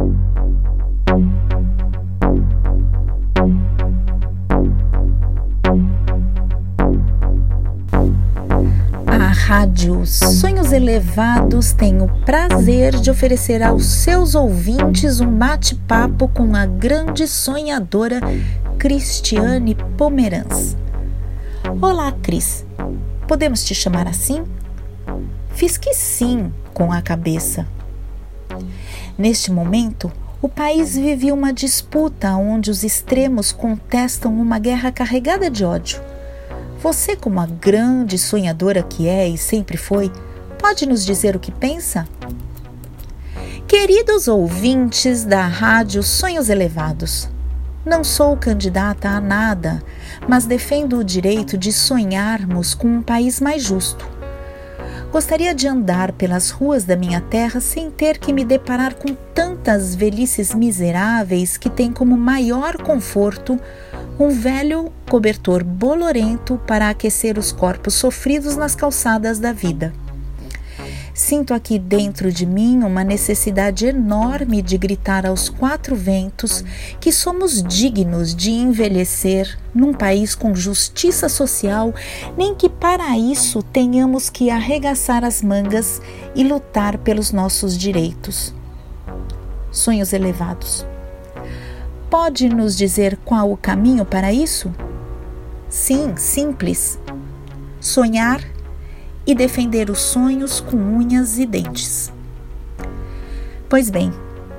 A Rádio Sonhos Elevados tem o prazer de oferecer aos seus ouvintes um bate-papo com a grande sonhadora Cristiane Pomeranz. Olá, Cris. Podemos te chamar assim? Fiz que sim com a cabeça. Neste momento, o país vive uma disputa onde os extremos contestam uma guerra carregada de ódio. Você, como a grande sonhadora que é e sempre foi, pode nos dizer o que pensa? Queridos ouvintes da Rádio Sonhos Elevados, não sou candidata a nada, mas defendo o direito de sonharmos com um país mais justo. Gostaria de andar pelas ruas da minha terra sem ter que me deparar com tantas velhices miseráveis que têm como maior conforto um velho cobertor bolorento para aquecer os corpos sofridos nas calçadas da vida. Sinto aqui dentro de mim uma necessidade enorme de gritar aos quatro ventos que somos dignos de envelhecer num país com justiça social, nem que para isso tenhamos que arregaçar as mangas e lutar pelos nossos direitos. Sonhos elevados. Pode nos dizer qual o caminho para isso? Sim, simples. Sonhar e defender os sonhos com unhas e dentes. Pois bem,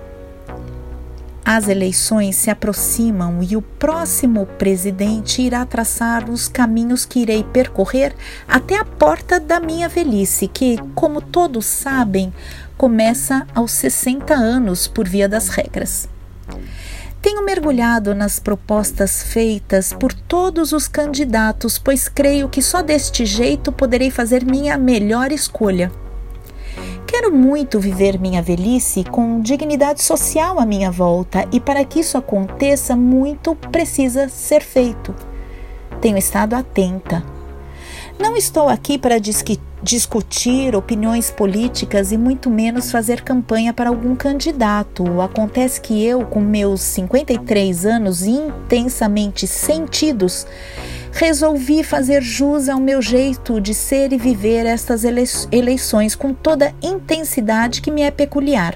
as eleições se aproximam e o próximo presidente irá traçar os caminhos que irei percorrer até a porta da minha velhice, que, como todos sabem, começa aos 60 anos por via das regras. Tenho mergulhado nas propostas feitas por todos os candidatos, pois creio que só deste jeito poderei fazer minha melhor escolha. Quero muito viver minha velhice com dignidade social à minha volta e para que isso aconteça, muito precisa ser feito. Tenho estado atenta. Não estou aqui para discutir opiniões políticas e muito menos fazer campanha para algum candidato. Acontece que eu, com meus 53 anos intensamente sentidos, resolvi fazer jus ao meu jeito de ser e viver estas eleições com toda a intensidade que me é peculiar.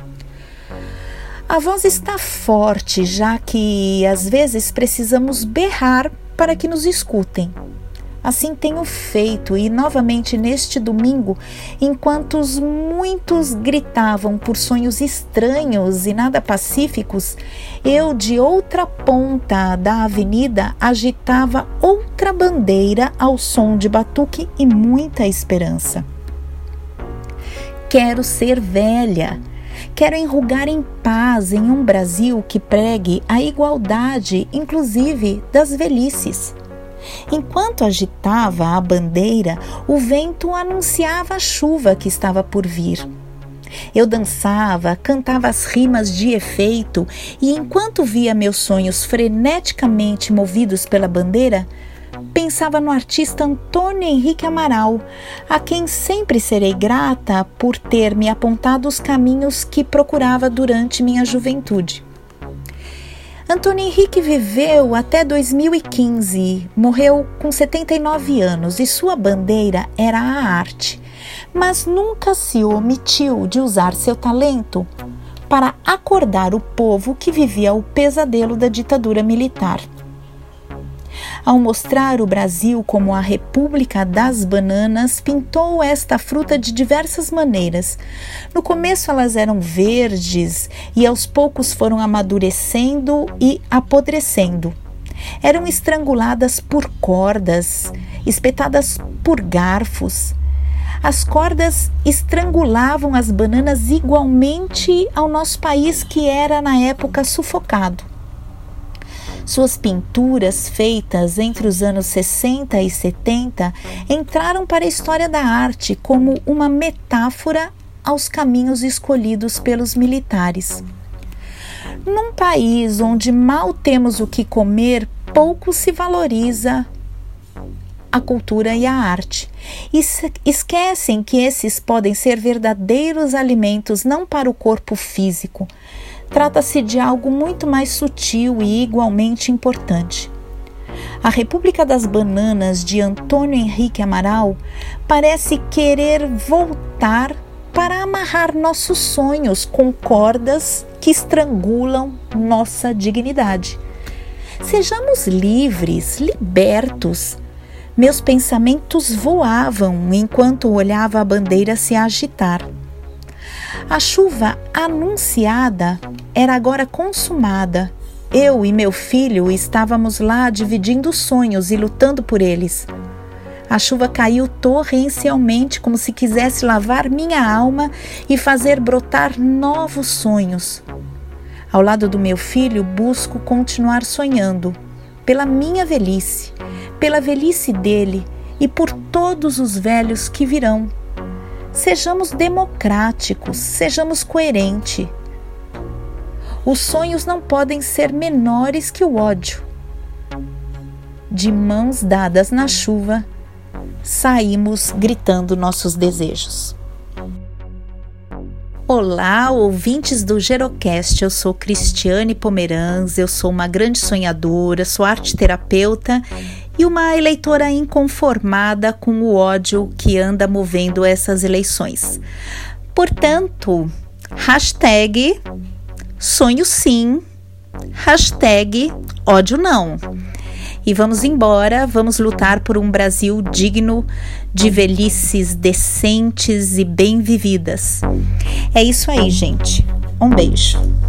A voz está forte, já que às vezes precisamos berrar para que nos escutem. Assim tenho feito e novamente neste domingo, enquanto muitos gritavam por sonhos estranhos e nada pacíficos, eu de outra ponta da avenida agitava outra bandeira ao som de batuque e muita esperança. Quero ser velha. Quero enrugar em paz em um Brasil que pregue a igualdade, inclusive das velhices. Enquanto agitava a bandeira, o vento anunciava a chuva que estava por vir. Eu dançava, cantava as rimas de efeito e enquanto via meus sonhos freneticamente movidos pela bandeira, pensava no artista Antônio Henrique Amaral, a quem sempre serei grata por ter me apontado os caminhos que procurava durante minha juventude. Antônio Henrique viveu até 2015, morreu com 79 anos e sua bandeira era a arte, mas nunca se omitiu de usar seu talento para acordar o povo que vivia o pesadelo da ditadura militar. Ao mostrar o Brasil como a República das Bananas, pintou esta fruta de diversas maneiras. No começo elas eram verdes e aos poucos foram amadurecendo e apodrecendo. Eram estranguladas por cordas, espetadas por garfos. As cordas estrangulavam as bananas igualmente ao nosso país, que era na época sufocado. Suas pinturas, feitas entre os anos 60 e 70, entraram para a história da arte como uma metáfora aos caminhos escolhidos pelos militares. Num país onde mal temos o que comer, pouco se valoriza a cultura e a arte. E esquecem que esses podem ser verdadeiros alimentos não para o corpo físico. Trata-se de algo muito mais sutil e igualmente importante. A República das Bananas, de Antônio Henrique Amaral, parece querer voltar para amarrar nossos sonhos com cordas que estrangulam nossa dignidade. Sejamos livres, libertos. Meus pensamentos voavam enquanto olhava a bandeira se agitar. A chuva anunciada era agora consumada. Eu e meu filho estávamos lá dividindo sonhos e lutando por eles. A chuva caiu torrencialmente, como se quisesse lavar minha alma e fazer brotar novos sonhos. Ao lado do meu filho, busco continuar sonhando, pela minha velhice, pela velhice dele e por todos os velhos que virão. Sejamos democráticos, sejamos coerentes. Os sonhos não podem ser menores que o ódio. De mãos dadas na chuva, saímos gritando nossos desejos. Olá, ouvintes do Gerocast, eu sou Cristiane Pomeranz, eu sou uma grande sonhadora, sou arteterapeuta e uma eleitora inconformada com o ódio que anda movendo essas eleições. Portanto, hashtag sonho sim, hashtag ódio não. E vamos embora, vamos lutar por um Brasil digno de velhices decentes e bem vividas. É isso aí, gente. Um beijo.